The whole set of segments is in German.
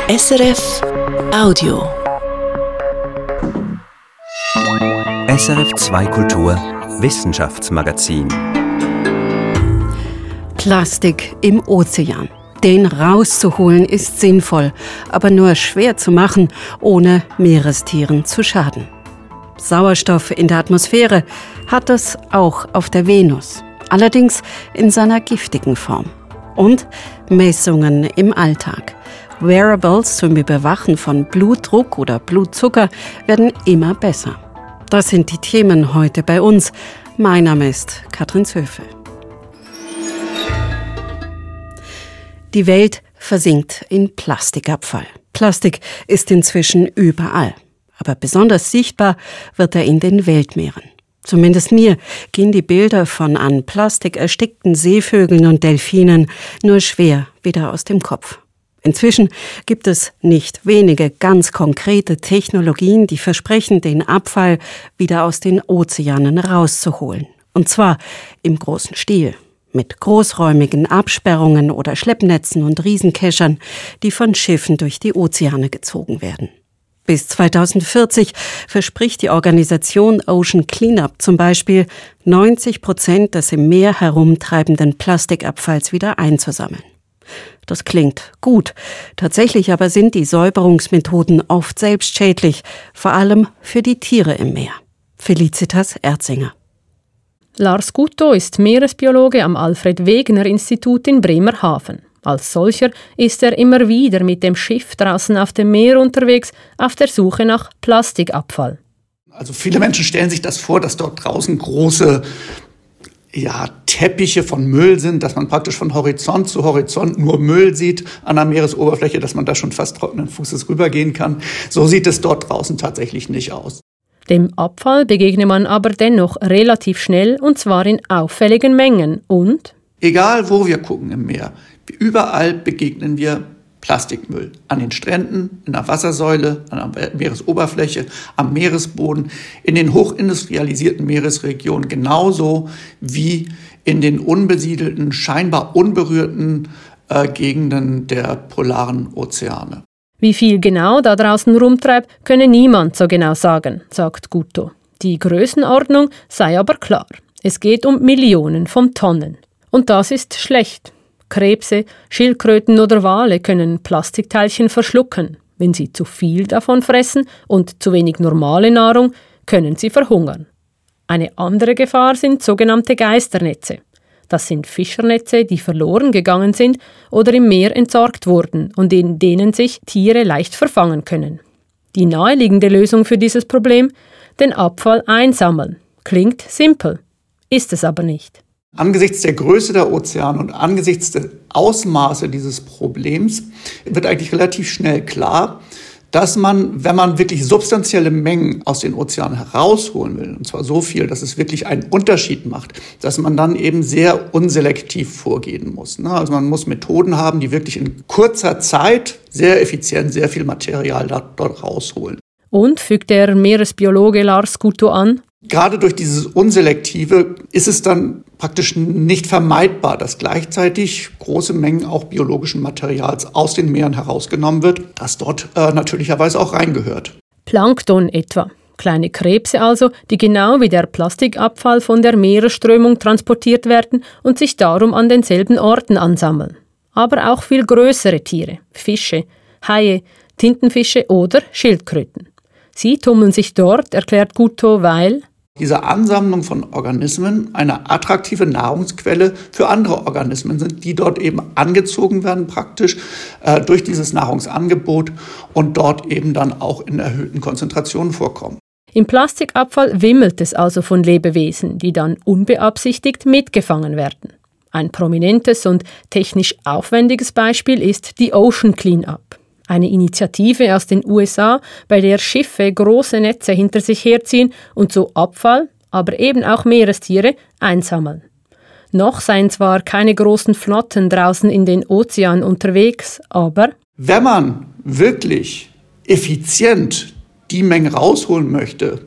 SRF Audio. SRF 2 Kultur Wissenschaftsmagazin. Plastik im Ozean. Den rauszuholen ist sinnvoll, aber nur schwer zu machen, ohne Meerestieren zu schaden. Sauerstoff in der Atmosphäre hat es auch auf der Venus, allerdings in seiner giftigen Form. Und Messungen im Alltag. Wearables zum Überwachen von Blutdruck oder Blutzucker werden immer besser. Das sind die Themen heute bei uns. Mein Name ist Katrin Zöfel. Die Welt versinkt in Plastikabfall. Plastik ist inzwischen überall. Aber besonders sichtbar wird er in den Weltmeeren. Zumindest mir gehen die Bilder von an Plastik erstickten Seevögeln und Delfinen nur schwer wieder aus dem Kopf. Inzwischen gibt es nicht wenige ganz konkrete Technologien, die versprechen, den Abfall wieder aus den Ozeanen rauszuholen. Und zwar im großen Stil. Mit großräumigen Absperrungen oder Schleppnetzen und Riesenkeschern, die von Schiffen durch die Ozeane gezogen werden. Bis 2040 verspricht die Organisation Ocean Cleanup zum Beispiel, 90% des im Meer herumtreibenden Plastikabfalls wieder einzusammeln. Das klingt gut. Tatsächlich aber sind die Säuberungsmethoden oft selbstschädlich, vor allem für die Tiere im Meer. Felicitas Erzinger. Lars Gutto ist Meeresbiologe am Alfred-Wegener-Institut in Bremerhaven. Als solcher ist er immer wieder mit dem Schiff draußen auf dem Meer unterwegs, auf der Suche nach Plastikabfall. Also viele Menschen stellen sich das vor, dass dort draußen große Teppiche von Müll sind, dass man praktisch von Horizont zu Horizont nur Müll sieht an der Meeresoberfläche, dass man da schon fast trockenen Fußes rübergehen kann. So sieht es dort draußen tatsächlich nicht aus. Dem Abfall begegne man aber dennoch relativ schnell, und zwar in auffälligen Mengen. Und? Egal wo wir gucken im Meer, überall begegnen wir Plastikmüll. An den Stränden, in der Wassersäule, an der Meeresoberfläche, am Meeresboden, in den hochindustrialisierten Meeresregionen, genauso wie in den unbesiedelten, scheinbar unberührten Gegenden der polaren Ozeane. Wie viel genau da draußen rumtreibt, könne niemand so genau sagen, sagt Gutto. Die Größenordnung sei aber klar. Es geht um Millionen von Tonnen. Und das ist schlecht. Krebse, Schildkröten oder Wale können Plastikteilchen verschlucken. Wenn sie zu viel davon fressen und zu wenig normale Nahrung, können sie verhungern. Eine andere Gefahr sind sogenannte Geisternetze. Das sind Fischernetze, die verloren gegangen sind oder im Meer entsorgt wurden und in denen sich Tiere leicht verfangen können. Die naheliegende Lösung für dieses Problem? Den Abfall einsammeln. Klingt simpel, ist es aber nicht. Angesichts der Größe der Ozeane und angesichts der Ausmaße dieses Problems wird eigentlich relativ schnell klar, dass man, wenn man wirklich substanzielle Mengen aus den Ozeanen herausholen will, und zwar so viel, dass es wirklich einen Unterschied macht, dass man dann eben sehr unselektiv vorgehen muss. Also man muss Methoden haben, die wirklich in kurzer Zeit sehr effizient sehr viel Material dort rausholen. Und, fügt der Meeresbiologe Lars Gutto an, gerade durch dieses Unselektive ist es dann praktisch nicht vermeidbar, dass gleichzeitig große Mengen auch biologischen Materials aus den Meeren herausgenommen wird, das dort natürlicherweise auch reingehört. Plankton etwa. Kleine Krebse also, die genau wie der Plastikabfall von der Meeresströmung transportiert werden und sich darum an denselben Orten ansammeln. Aber auch viel größere Tiere, Fische, Haie, Tintenfische oder Schildkröten. Sie tummeln sich dort, erklärt Gutto, weil diese Ansammlung von Organismen eine attraktive Nahrungsquelle für andere Organismen sind, die dort eben angezogen werden praktisch durch dieses Nahrungsangebot und dort eben dann auch in erhöhten Konzentrationen vorkommen. Im Plastikabfall wimmelt es also von Lebewesen, die dann unbeabsichtigt mitgefangen werden. Ein prominentes und technisch aufwendiges Beispiel ist die Ocean Cleanup. Eine Initiative aus den USA, bei der Schiffe große Netze hinter sich herziehen und so Abfall, aber eben auch Meerestiere einsammeln. Noch seien zwar keine großen Flotten draußen in den Ozeanen unterwegs, aber wenn man wirklich effizient die Mengen rausholen möchte,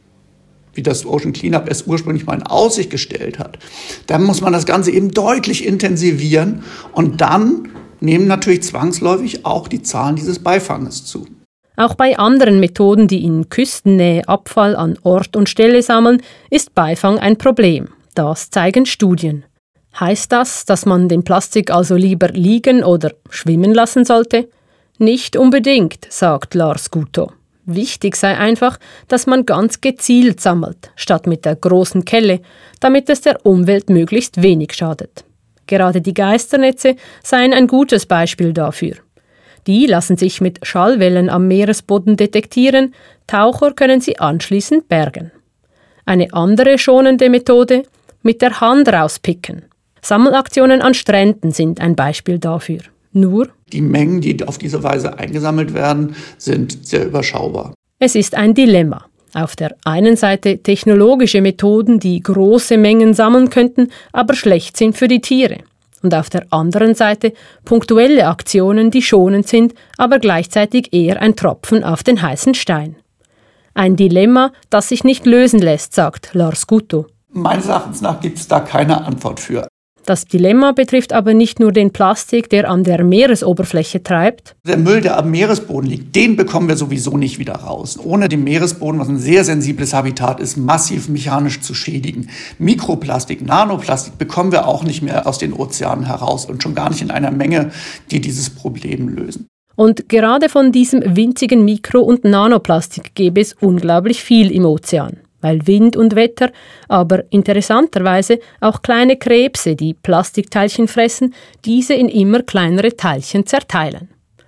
wie das Ocean Cleanup es ursprünglich mal in Aussicht gestellt hat, dann muss man das Ganze eben deutlich intensivieren und dann nehmen natürlich zwangsläufig auch die Zahlen dieses Beifanges zu. Auch bei anderen Methoden, die in Küstennähe Abfall an Ort und Stelle sammeln, ist Beifang ein Problem. Das zeigen Studien. Heißt das, dass man den Plastik also lieber liegen oder schwimmen lassen sollte? Nicht unbedingt, sagt Lars Guto. Wichtig sei einfach, dass man ganz gezielt sammelt, statt mit der großen Kelle, damit es der Umwelt möglichst wenig schadet. Gerade die Geisternetze seien ein gutes Beispiel dafür. Die lassen sich mit Schallwellen am Meeresboden detektieren, Taucher können sie anschließend bergen. Eine andere schonende Methode: mit der Hand rauspicken. Sammelaktionen an Stränden sind ein Beispiel dafür. Nur die Mengen, die auf diese Weise eingesammelt werden, sind sehr überschaubar. Es ist ein Dilemma. Auf der einen Seite technologische Methoden, die große Mengen sammeln könnten, aber schlecht sind für die Tiere. Und auf der anderen Seite punktuelle Aktionen, die schonend sind, aber gleichzeitig eher ein Tropfen auf den heißen Stein. Ein Dilemma, das sich nicht lösen lässt, sagt Lars Guto. Meines Erachtens nach gibt es da keine Antwort für. Das Dilemma betrifft aber nicht nur den Plastik, der an der Meeresoberfläche treibt. Der Müll, der am Meeresboden liegt, den bekommen wir sowieso nicht wieder raus. Ohne den Meeresboden, was ein sehr sensibles Habitat ist, massiv mechanisch zu schädigen. Mikroplastik, Nanoplastik bekommen wir auch nicht mehr aus den Ozeanen heraus und schon gar nicht in einer Menge, die dieses Problem lösen. Und gerade von diesem winzigen Mikro- und Nanoplastik gäbe es unglaublich viel im Ozean. Weil Wind und Wetter, aber interessanterweise auch kleine Krebse, die Plastikteilchen fressen, diese in immer kleinere Teilchen zerteilen.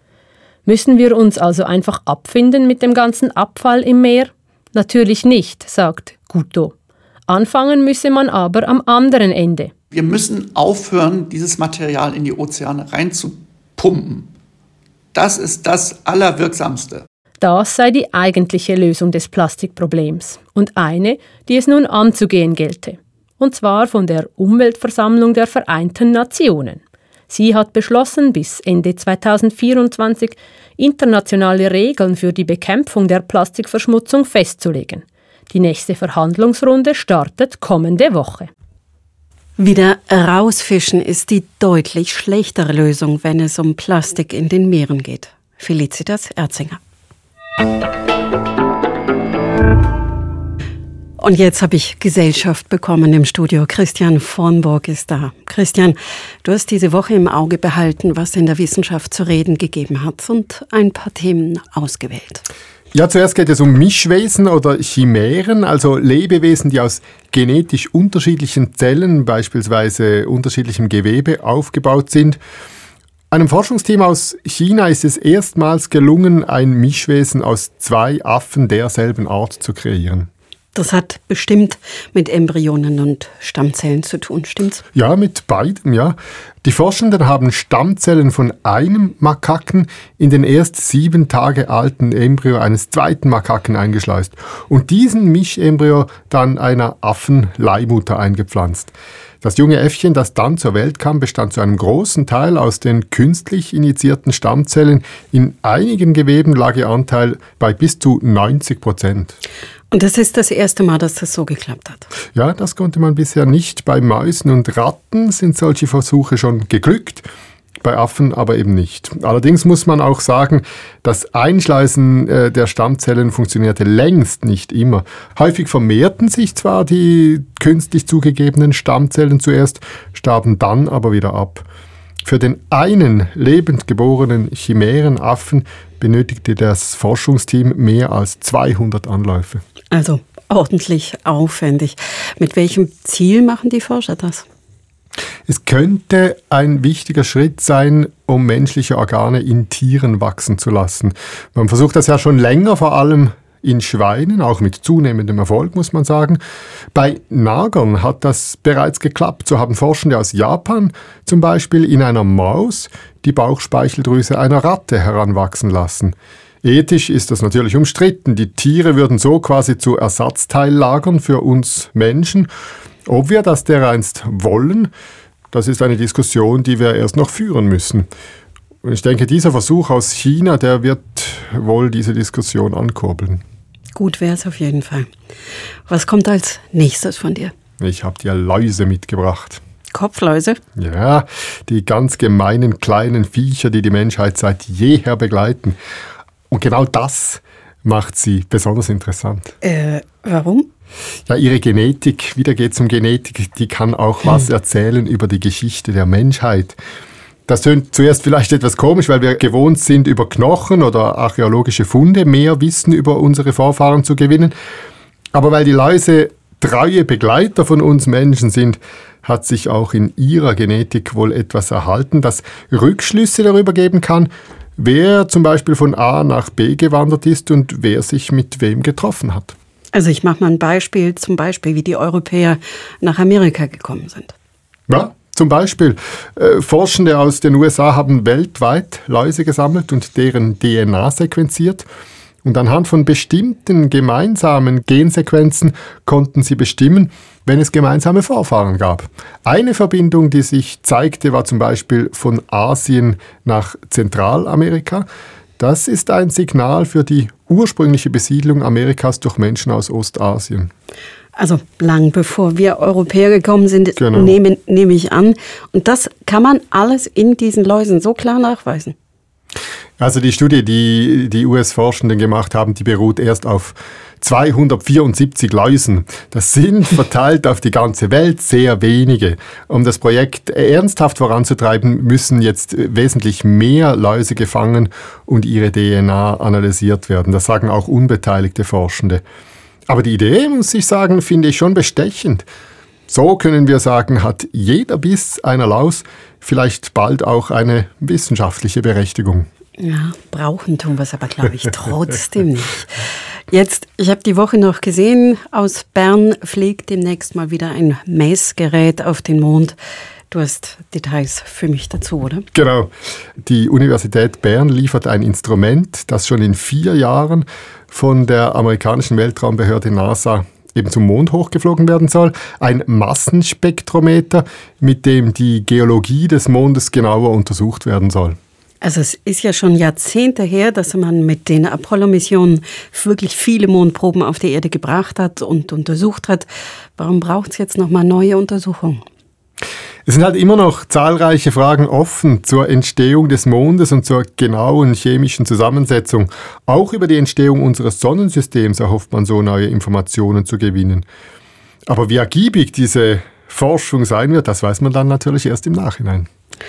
Müssen wir uns also einfach abfinden mit dem ganzen Abfall im Meer? Natürlich nicht, sagt Guto. Anfangen müsse man aber am anderen Ende. Wir müssen aufhören, dieses Material in die Ozeane reinzupumpen. Das ist das Allerwirksamste. Das sei die eigentliche Lösung des Plastikproblems und eine, die es nun anzugehen gelte. Und zwar von der Umweltversammlung der Vereinten Nationen. Sie hat beschlossen, bis Ende 2024 internationale Regeln für die Bekämpfung der Plastikverschmutzung festzulegen. Die nächste Verhandlungsrunde startet kommende Woche. Wieder rausfischen ist die deutlich schlechtere Lösung, wenn es um Plastik in den Meeren geht. Felicitas Erzinger. Und jetzt habe ich Gesellschaft bekommen im Studio. Christian Vornburg ist da. Christian, du hast diese Woche im Auge behalten, was in der Wissenschaft zu reden gegeben hat und ein paar Themen ausgewählt. Ja, zuerst geht es um Mischwesen oder Chimären, also Lebewesen, die aus genetisch unterschiedlichen Zellen, beispielsweise unterschiedlichem Gewebe, aufgebaut sind. Einem Forschungsteam aus China ist es erstmals gelungen, ein Mischwesen aus 2 Affen derselben Art zu kreieren. Das hat bestimmt mit Embryonen und Stammzellen zu tun, stimmt's? Ja, mit beidem, ja. Die Forschenden haben Stammzellen von einem Makaken in den erst 7 Tage alten Embryo eines zweiten Makaken eingeschleust und diesen Mischembryo dann einer Affenleihmutter eingepflanzt. Das junge Äffchen, das dann zur Welt kam, bestand zu einem großen Teil aus den künstlich injizierten Stammzellen. In einigen Geweben lag ihr Anteil bei bis zu 90%. Und das ist das erste Mal, dass das so geklappt hat? Ja, das konnte man bisher nicht. Bei Mäusen und Ratten sind solche Versuche schon geglückt, bei Affen aber eben nicht. Allerdings muss man auch sagen, das Einschleusen der Stammzellen funktionierte längst nicht immer. Häufig vermehrten sich zwar die künstlich zugegebenen Stammzellen zuerst, starben dann aber wieder ab. Für den einen lebend geborenen Chimärenaffen benötigte das Forschungsteam mehr als 200 Anläufe. Also ordentlich aufwendig. Mit welchem Ziel machen die Forscher das? Es könnte ein wichtiger Schritt sein, um menschliche Organe in Tieren wachsen zu lassen. Man versucht das ja schon länger, vor allem in Schweinen, auch mit zunehmendem Erfolg, muss man sagen. Bei Nagern hat das bereits geklappt. So haben Forschende aus Japan zum Beispiel in einer Maus die Bauchspeicheldrüse einer Ratte heranwachsen lassen. Ethisch ist das natürlich umstritten. Die Tiere würden so quasi zu Ersatzteillagern für uns Menschen. Ob wir das dereinst wollen, das ist eine Diskussion, die wir erst noch führen müssen. Und ich denke, dieser Versuch aus China, der wird wohl diese Diskussion ankurbeln. Gut wäre es auf jeden Fall. Was kommt als nächstes von dir? Ich habe dir Läuse mitgebracht. Kopfläuse? Ja, die ganz gemeinen kleinen Viecher, die die Menschheit seit jeher begleiten. Und genau das macht sie besonders interessant. Warum? Ja, ihre Genetik, wieder geht es um Genetik, die kann auch was erzählen über die Geschichte der Menschheit. Das tönt zuerst vielleicht etwas komisch, weil wir gewohnt sind, über Knochen oder archäologische Funde mehr Wissen über unsere Vorfahren zu gewinnen. Aber weil die Läuse treue Begleiter von uns Menschen sind, hat sich auch in ihrer Genetik wohl etwas erhalten, das Rückschlüsse darüber geben kann, wer zum Beispiel von A nach B gewandert ist und wer sich mit wem getroffen hat. Also ich mache mal ein Beispiel, zum Beispiel wie die Europäer nach Amerika gekommen sind. Ja, zum Beispiel. Forschende aus den USA haben weltweit Läuse gesammelt und deren DNA sequenziert. Und anhand von bestimmten gemeinsamen Gensequenzen konnten sie bestimmen, wenn es gemeinsame Vorfahren gab. Eine Verbindung, die sich zeigte, war zum Beispiel von Asien nach Zentralamerika. Das ist ein Signal für die ursprüngliche Besiedlung Amerikas durch Menschen aus Ostasien. Also lang bevor wir Europäer gekommen sind, Genau. nehme ich an. Und das kann man alles in diesen Läusen so klar nachweisen. Also die Studie, die die US-Forschenden gemacht haben, die beruht erst auf 274 Läusen. Das sind verteilt auf die ganze Welt sehr wenige. Um das Projekt ernsthaft voranzutreiben, müssen jetzt wesentlich mehr Läuse gefangen und ihre DNA analysiert werden. Das sagen auch unbeteiligte Forschende. Aber die Idee, muss ich sagen, finde ich schon bestechend. So können wir sagen, hat jeder Biss einer Laus vielleicht bald auch eine wissenschaftliche Berechtigung. Ja, brauchen tun wir es aber, glaube ich, trotzdem nicht. Jetzt, ich habe die Woche noch gesehen, aus Bern fliegt demnächst mal wieder ein Messgerät auf den Mond. Du hast Details für mich dazu, oder? Genau. Die Universität Bern liefert ein Instrument, das schon in 4 Jahren von der amerikanischen Weltraumbehörde NASA eben zum Mond hochgeflogen werden soll. Ein Massenspektrometer, mit dem die Geologie des Mondes genauer untersucht werden soll. Also es ist ja schon Jahrzehnte her, dass man mit den Apollo-Missionen wirklich viele Mondproben auf die Erde gebracht hat und untersucht hat. Warum braucht es jetzt nochmal neue Untersuchungen? Es sind halt immer noch zahlreiche Fragen offen zur Entstehung des Mondes und zur genauen chemischen Zusammensetzung. Auch über die Entstehung unseres Sonnensystems erhofft man so neue Informationen zu gewinnen. Aber wie ergiebig diese Forschung sein wird, das weiß man dann natürlich erst im Nachhinein.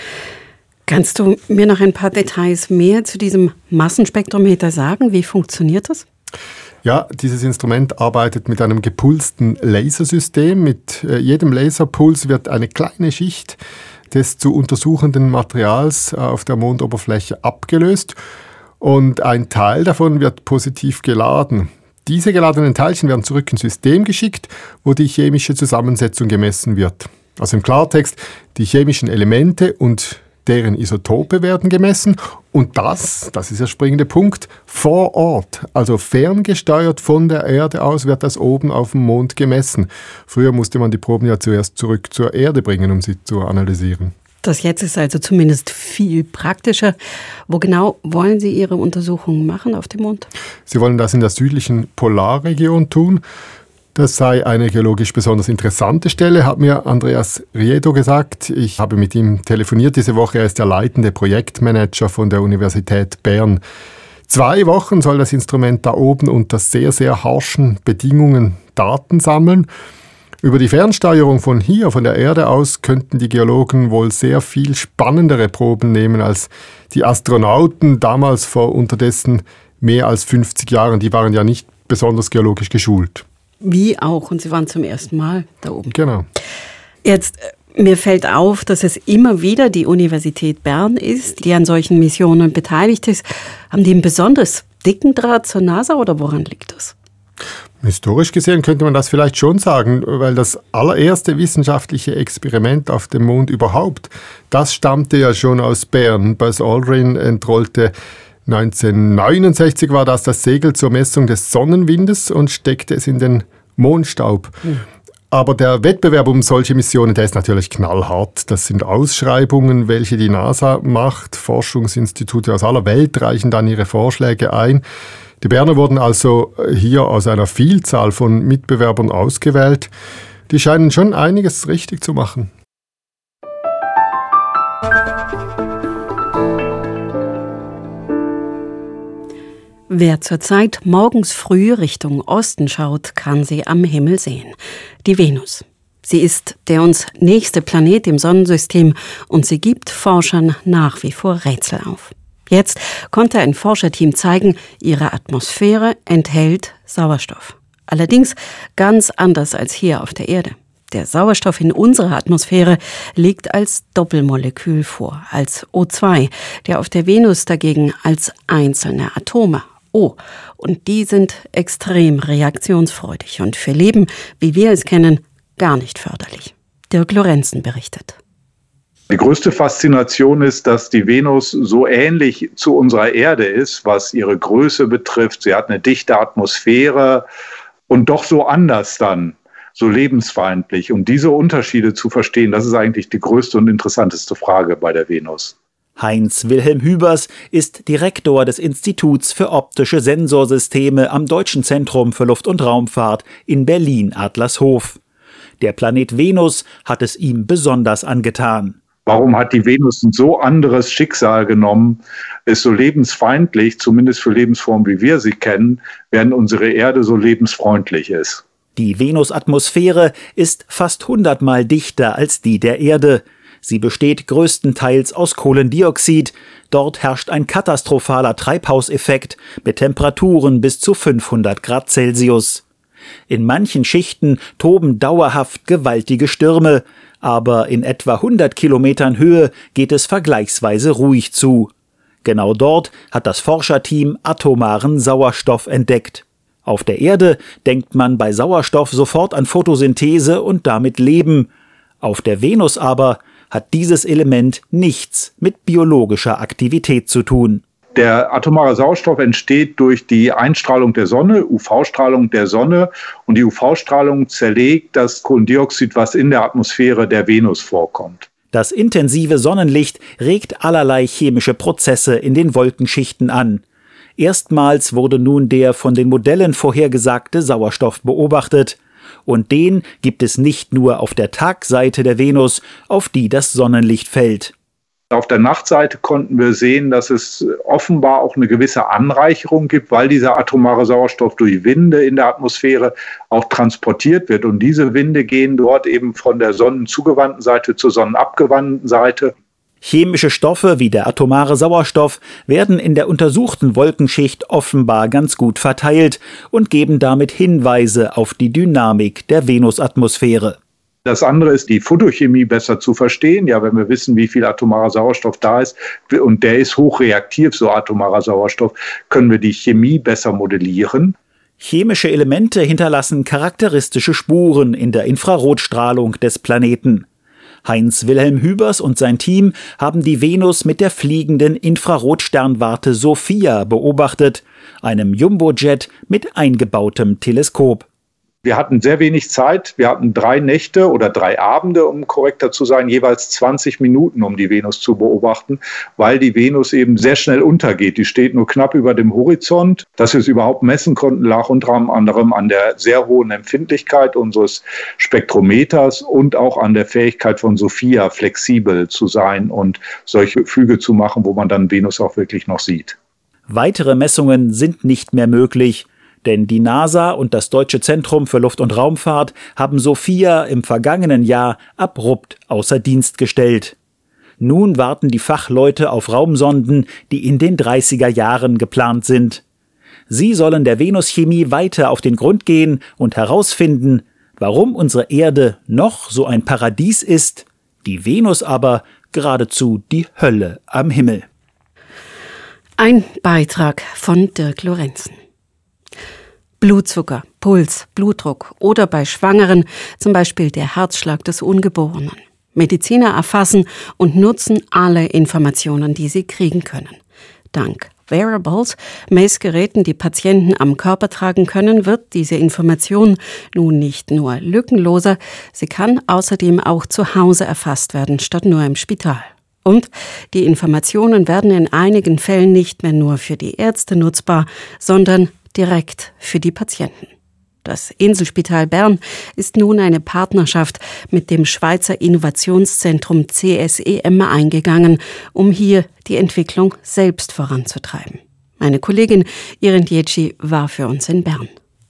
Kannst du mir noch ein paar Details mehr zu diesem Massenspektrometer sagen? Wie funktioniert das? Ja, dieses Instrument arbeitet mit einem gepulsten Lasersystem. Mit jedem Laserpuls wird eine kleine Schicht des zu untersuchenden Materials auf der Mondoberfläche abgelöst und ein Teil davon wird positiv geladen. Diese geladenen Teilchen werden zurück ins System geschickt, wo die chemische Zusammensetzung gemessen wird. Also im Klartext, die chemischen Elemente und deren Isotope werden gemessen und das ist der springende Punkt, vor Ort, also ferngesteuert von der Erde aus, wird das oben auf dem Mond gemessen. Früher musste man die Proben ja zuerst zurück zur Erde bringen, um sie zu analysieren. Das jetzt ist also zumindest viel praktischer. Wo genau wollen Sie Ihre Untersuchungen machen auf dem Mond? Sie wollen das in der südlichen Polarregion tun. Das sei eine geologisch besonders interessante Stelle, hat mir Andreas Riedo gesagt. Ich habe mit ihm telefoniert diese Woche. Er ist der leitende Projektmanager von der Universität Bern. 2 Wochen soll das Instrument da oben unter sehr, sehr harschen Bedingungen Daten sammeln. Über die Fernsteuerung von hier, von der Erde aus, könnten die Geologen wohl sehr viel spannendere Proben nehmen als die Astronauten damals vor unterdessen mehr als 50 Jahren. Die waren ja nicht besonders geologisch geschult. Wie auch, und Sie waren zum ersten Mal da oben. Genau. Jetzt, mir fällt auf, dass es immer wieder die Universität Bern ist, die an solchen Missionen beteiligt ist. Haben die einen besonders dicken Draht zur NASA oder woran liegt das? Historisch gesehen könnte man das vielleicht schon sagen, weil das allererste wissenschaftliche Experiment auf dem Mond überhaupt, das stammte ja schon aus Bern. Buzz Aldrin entrollte 1969 war das Segel zur Messung des Sonnenwindes und steckte es in den Mondstaub. Aber der Wettbewerb um solche Missionen, der ist natürlich knallhart. Das sind Ausschreibungen, welche die NASA macht. Forschungsinstitute aus aller Welt reichen dann ihre Vorschläge ein. Die Berner wurden also hier aus einer Vielzahl von Mitbewerbern ausgewählt. Die scheinen schon einiges richtig zu machen. Wer zurzeit morgens früh Richtung Osten schaut, kann sie am Himmel sehen. Die Venus. Sie ist der uns nächste Planet im Sonnensystem und sie gibt Forschern nach wie vor Rätsel auf. Jetzt konnte ein Forscherteam zeigen, ihre Atmosphäre enthält Sauerstoff. Allerdings ganz anders als hier auf der Erde. Der Sauerstoff in unserer Atmosphäre liegt als Doppelmolekül vor, als O2, der auf der Venus dagegen als einzelne Atome. Und die sind extrem reaktionsfreudig und für Leben, wie wir es kennen, gar nicht förderlich. Dirk Lorenzen berichtet. Die größte Faszination ist, dass die Venus so ähnlich zu unserer Erde ist, was ihre Größe betrifft. Sie hat eine dichte Atmosphäre und doch so anders dann, so lebensfeindlich. Und diese Unterschiede zu verstehen, das ist eigentlich die größte und interessanteste Frage bei der Venus. Heinz-Wilhelm Hübers ist Direktor des Instituts für optische Sensorsysteme am Deutschen Zentrum für Luft- und Raumfahrt in Berlin-Adlershof. Der Planet Venus hat es ihm besonders angetan. Warum hat die Venus ein so anderes Schicksal genommen, ist so lebensfeindlich, zumindest für Lebensformen, wie wir sie kennen, während unsere Erde so lebensfreundlich ist? Die Venusatmosphäre ist fast 100-mal dichter als die der Erde. Sie besteht größtenteils aus Kohlendioxid. Dort herrscht ein katastrophaler Treibhauseffekt mit Temperaturen bis zu 500 Grad Celsius. In manchen Schichten toben dauerhaft gewaltige Stürme, aber in etwa 100 Kilometern Höhe geht es vergleichsweise ruhig zu. Genau dort hat das Forscherteam atomaren Sauerstoff entdeckt. Auf der Erde denkt man bei Sauerstoff sofort an Photosynthese und damit Leben. Auf der Venus aber hat dieses Element nichts mit biologischer Aktivität zu tun. Der atomare Sauerstoff entsteht durch die Einstrahlung der Sonne, UV-Strahlung der Sonne. Und die UV-Strahlung zerlegt das Kohlendioxid, was in der Atmosphäre der Venus vorkommt. Das intensive Sonnenlicht regt allerlei chemische Prozesse in den Wolkenschichten an. Erstmals wurde nun der von den Modellen vorhergesagte Sauerstoff beobachtet. Und den gibt es nicht nur auf der Tagseite der Venus, auf die das Sonnenlicht fällt. Auf der Nachtseite konnten wir sehen, dass es offenbar auch eine gewisse Anreicherung gibt, weil dieser atomare Sauerstoff durch Winde in der Atmosphäre auch transportiert wird. Und diese Winde gehen dort eben von der sonnenzugewandten Seite zur sonnenabgewandten Seite. Chemische Stoffe wie der atomare Sauerstoff werden in der untersuchten Wolkenschicht offenbar ganz gut verteilt und geben damit Hinweise auf die Dynamik der Venusatmosphäre. Das andere ist, die Photochemie besser zu verstehen. Ja, wenn wir wissen, wie viel atomarer Sauerstoff da ist, und der ist hochreaktiv, so atomarer Sauerstoff, können wir die Chemie besser modellieren. Chemische Elemente hinterlassen charakteristische Spuren in der Infrarotstrahlung des Planeten. Heinz-Wilhelm Hübers und sein Team haben die Venus mit der fliegenden Infrarotsternwarte SOFIA beobachtet, einem Jumbojet mit eingebautem Teleskop. Wir hatten sehr wenig Zeit. Wir hatten 3 Nächte oder 3 Abende, um korrekter zu sein, jeweils 20 Minuten, um die Venus zu beobachten, weil die Venus eben sehr schnell untergeht. Die steht nur knapp über dem Horizont. Dass wir es überhaupt messen konnten, lag unter anderem an der sehr hohen Empfindlichkeit unseres Spektrometers und auch an der Fähigkeit von SOFIA, flexibel zu sein und solche Flüge zu machen, wo man dann Venus auch wirklich noch sieht. Weitere Messungen sind nicht mehr möglich. Denn die NASA und das Deutsche Zentrum für Luft- und Raumfahrt haben SOFIA im vergangenen Jahr abrupt außer Dienst gestellt. Nun warten die Fachleute auf Raumsonden, die in den 30er Jahren geplant sind. Sie sollen der Venuschemie weiter auf den Grund gehen und herausfinden, warum unsere Erde noch so ein Paradies ist, die Venus aber geradezu die Hölle am Himmel. Ein Beitrag von Dirk Lorenzen. Blutzucker, Puls, Blutdruck oder bei Schwangeren zum Beispiel der Herzschlag des Ungeborenen. Mediziner erfassen und nutzen alle Informationen, die sie kriegen können. Dank Wearables, Messgeräten, die Patienten am Körper tragen können, wird diese Information nun nicht nur lückenloser, sie kann außerdem auch zu Hause erfasst werden, statt nur im Spital. Und die Informationen werden in einigen Fällen nicht mehr nur für die Ärzte nutzbar, sondern direkt für die Patienten. Das Inselspital Bern ist nun eine Partnerschaft mit dem Schweizer Innovationszentrum CSEM eingegangen, um hier die Entwicklung selbst voranzutreiben. Eine Kollegin, Iren Dietschi, war für uns in Bern.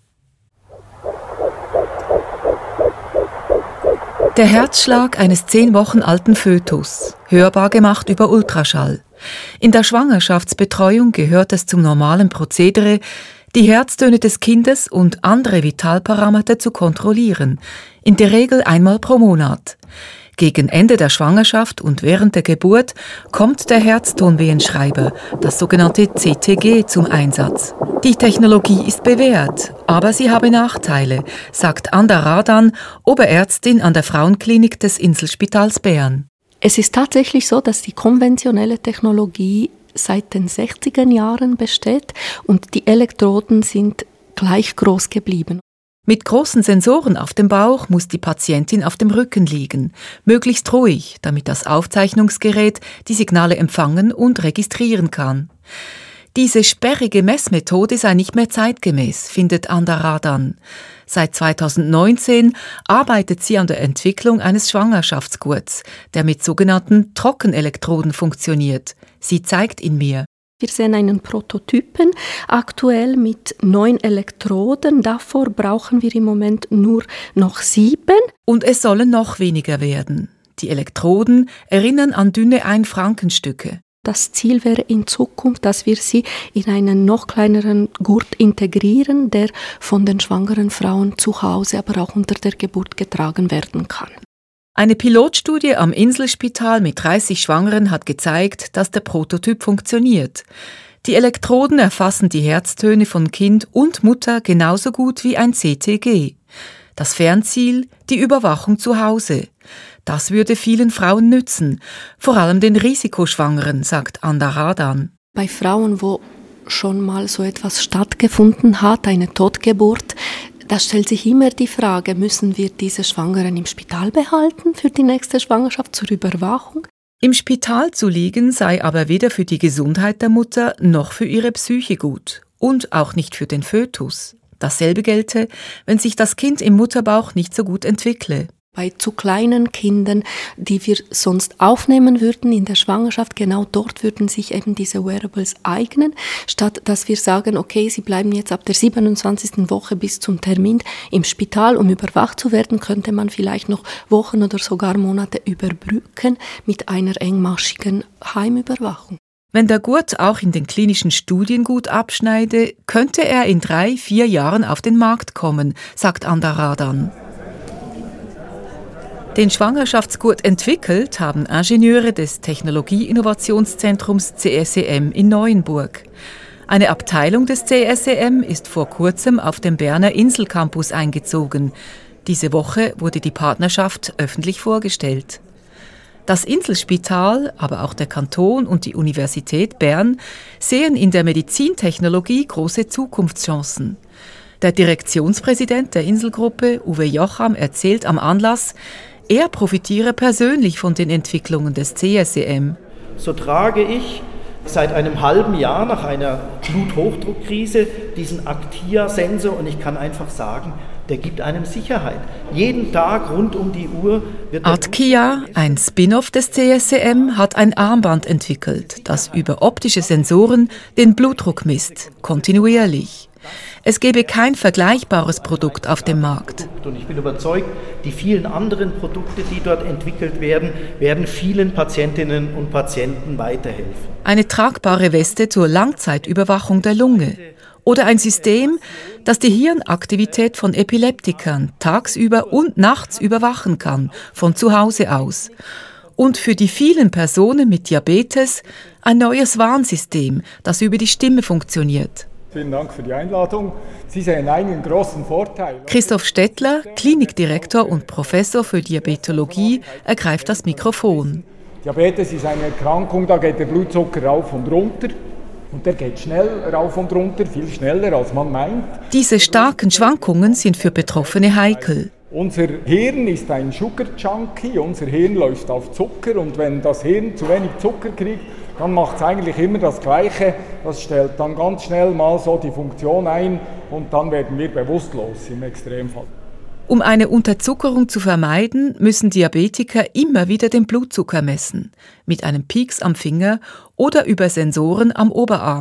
Der Herzschlag eines 10 Wochen alten Fötus, hörbar gemacht über Ultraschall. In der Schwangerschaftsbetreuung gehört es zum normalen Prozedere, die Herztöne des Kindes und andere Vitalparameter zu kontrollieren, in der Regel einmal pro Monat. Gegen Ende der Schwangerschaft und während der Geburt kommt der Herztonwehenschreiber, das sogenannte CTG, zum Einsatz. Die Technologie ist bewährt, aber sie habe Nachteile, sagt Anda Radan, Oberärztin an der Frauenklinik des Inselspitals Bern. Es ist tatsächlich so, dass die konventionelle Technologie seit den 60er Jahren besteht und die Elektroden sind gleich groß geblieben. Mit großen Sensoren auf dem Bauch muss die Patientin auf dem Rücken liegen, möglichst ruhig, damit das Aufzeichnungsgerät die Signale empfangen und registrieren kann. Diese sperrige Messmethode sei nicht mehr zeitgemäß, findet Anda Radan. Seit 2019 arbeitet sie an der Entwicklung eines Schwangerschaftsgurts, der mit sogenannten Trockenelektroden funktioniert. Sie zeigt ihn mir. Wir sehen einen Prototypen, aktuell mit 9 Elektroden. Davor brauchen wir im Moment nur noch 7. Und es sollen noch weniger werden. Die Elektroden erinnern an dünne 1-Frankenstücke. Das Ziel wäre in Zukunft, dass wir sie in einen noch kleineren Gurt integrieren, der von den schwangeren Frauen zu Hause, aber auch unter der Geburt getragen werden kann. Eine Pilotstudie am Inselspital mit 30 Schwangeren hat gezeigt, dass der Prototyp funktioniert. Die Elektroden erfassen die Herztöne von Kind und Mutter genauso gut wie ein CTG. Das Fernziel, die Überwachung zu Hause. Das würde vielen Frauen nützen, vor allem den Risikoschwangeren, sagt Anda Radan. Bei Frauen, wo schon mal so etwas stattgefunden hat, eine Totgeburt, da stellt sich immer die Frage, müssen wir diese Schwangeren im Spital behalten für die nächste Schwangerschaft zur Überwachung? Im Spital zu liegen sei aber weder für die Gesundheit der Mutter noch für ihre Psyche gut und auch nicht für den Fötus. Dasselbe gelte, wenn sich das Kind im Mutterbauch nicht so gut entwickle. Bei zu kleinen Kindern, die wir sonst aufnehmen würden in der Schwangerschaft, genau dort würden sich eben diese Wearables eignen, statt dass wir sagen, okay, sie bleiben jetzt ab der 27. Woche bis zum Termin im Spital, um überwacht zu werden, könnte man vielleicht noch Wochen oder sogar Monate überbrücken mit einer engmaschigen Heimüberwachung. Wenn der Gurt auch in den klinischen Studien gut abschneide, könnte er in 3-4 Jahren auf den Markt kommen, sagt Anda Radan. Den Schwangerschaftsgurt entwickelt haben Ingenieure des Technologie-Innovationszentrums CSEM in Neuenburg. Eine Abteilung des CSEM ist vor kurzem auf dem Berner Inselcampus eingezogen. Diese Woche wurde die Partnerschaft öffentlich vorgestellt. Das Inselspital, aber auch der Kanton und die Universität Bern sehen in der Medizintechnologie große Zukunftschancen. Der Direktionspräsident der Inselgruppe, Uwe Jocham, erzählt am Anlass, er profitiere persönlich von den Entwicklungen des CSEM. So trage ich seit einem halben Jahr nach einer Bluthochdruckkrise diesen Actia-Sensor und ich kann einfach sagen, der gibt einem Sicherheit. Jeden Tag rund um die Uhr wird Actia, ein Spin-off des CSEM, hat ein Armband entwickelt, das über optische Sensoren den Blutdruck misst, kontinuierlich. Es gebe kein vergleichbares Produkt auf dem Markt. Und ich bin überzeugt, die vielen anderen Produkte, die dort entwickelt werden, werden vielen Patientinnen und Patienten weiterhelfen. Eine tragbare Weste zur Langzeitüberwachung der Lunge oder ein System, das die Hirnaktivität von Epileptikern tagsüber und nachts überwachen kann, von zu Hause aus. Und für die vielen Personen mit Diabetes ein neues Warnsystem, das über die Stimme funktioniert. Vielen Dank für die Einladung. Sie sehen einen großen Vorteil. Christoph Stettler, Klinikdirektor und Professor für Diabetologie, ergreift das Mikrofon. Diabetes ist eine Erkrankung, da geht der Blutzucker rauf und runter. Und der geht schnell rauf und runter, viel schneller als man meint. Diese starken Schwankungen sind für Betroffene heikel. Unser Hirn ist ein Sugar Junkie, unser Hirn läuft auf Zucker und wenn das Hirn zu wenig Zucker kriegt, dann macht es eigentlich immer das Gleiche. Das stellt dann ganz schnell mal so die Funktion ein und dann werden wir bewusstlos im Extremfall. Um eine Unterzuckerung zu vermeiden, müssen Diabetiker immer wieder den Blutzucker messen, mit einem Pieks am Finger oder über Sensoren am Oberarm.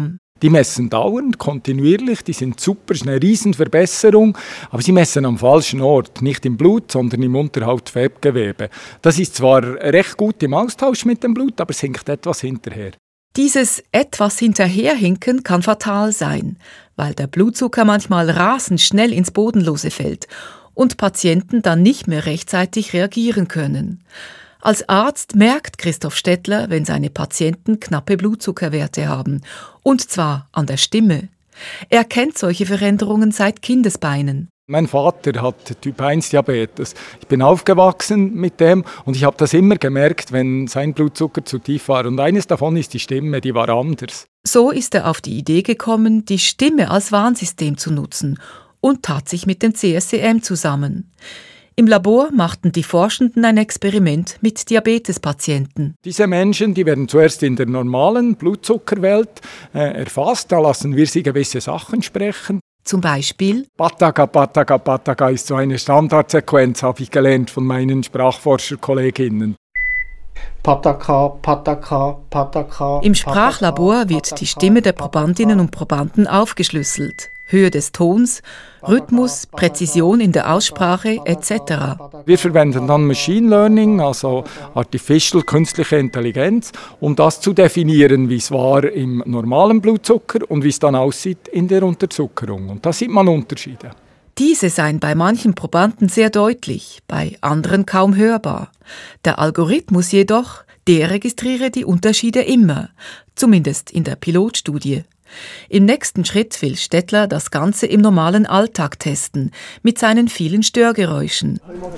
Die messen dauernd, kontinuierlich, die sind super, ist eine Riesenverbesserung, aber sie messen am falschen Ort, nicht im Blut, sondern im Unterhautfettgewebe. Das ist zwar recht gut im Austausch mit dem Blut, aber es hinkt etwas hinterher. Dieses etwas hinterherhinken kann fatal sein, weil der Blutzucker manchmal rasend schnell ins Bodenlose fällt und Patienten dann nicht mehr rechtzeitig reagieren können. Als Arzt merkt Christoph Stettler, wenn seine Patienten knappe Blutzuckerwerte haben, und zwar an der Stimme. Er kennt solche Veränderungen seit Kindesbeinen. Mein Vater hat Typ-1-Diabetes. Ich bin aufgewachsen mit dem und ich habe das immer gemerkt, wenn sein Blutzucker zu tief war. Und eines davon ist die Stimme, die war anders. So ist er auf die Idee gekommen, die Stimme als Warnsystem zu nutzen und tat sich mit dem CSCM zusammen. Im Labor machten die Forschenden ein Experiment mit Diabetespatienten. Diese Menschen, die werden zuerst in der normalen Blutzuckerwelt erfasst. Da lassen wir sie gewisse Sachen sprechen. Zum Beispiel? Pataka, Pataka, Pataka ist so eine Standardsequenz, habe ich gelernt von meinen Sprachforscherkolleginnen. Pataka, Pataka, Pataka. Im Sprachlabor wird die Stimme der Probandinnen und Probanden aufgeschlüsselt. Höhe des Tons, Rhythmus, Präzision in der Aussprache etc. Wir verwenden dann Machine Learning, also Artificial, künstliche Intelligenz, um das zu definieren, wie es war im normalen Blutzucker und wie es dann aussieht in der Unterzuckerung. Und da sieht man Unterschiede. Diese seien bei manchen Probanden sehr deutlich, bei anderen kaum hörbar. Der Algorithmus jedoch, der registriere die Unterschiede immer, zumindest in der Pilotstudie. Im nächsten Schritt will Stettler das Ganze im normalen Alltag testen, mit seinen vielen Störgeräuschen.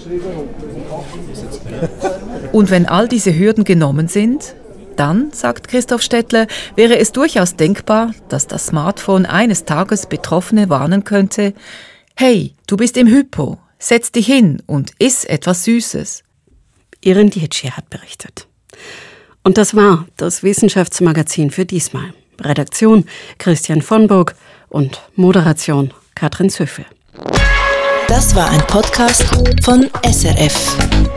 Und wenn all diese Hürden genommen sind, dann, sagt Christoph Stettler, wäre es durchaus denkbar, dass das Smartphone eines Tages Betroffene warnen könnte: Hey, du bist im Hypo, setz dich hin und iss etwas Süßes. Iren Dietschi hat berichtet. Und das war das Wissenschaftsmagazin für diesmal. Redaktion Christian von Burg und Moderation Katrin Zöffel. Das war ein Podcast von SRF.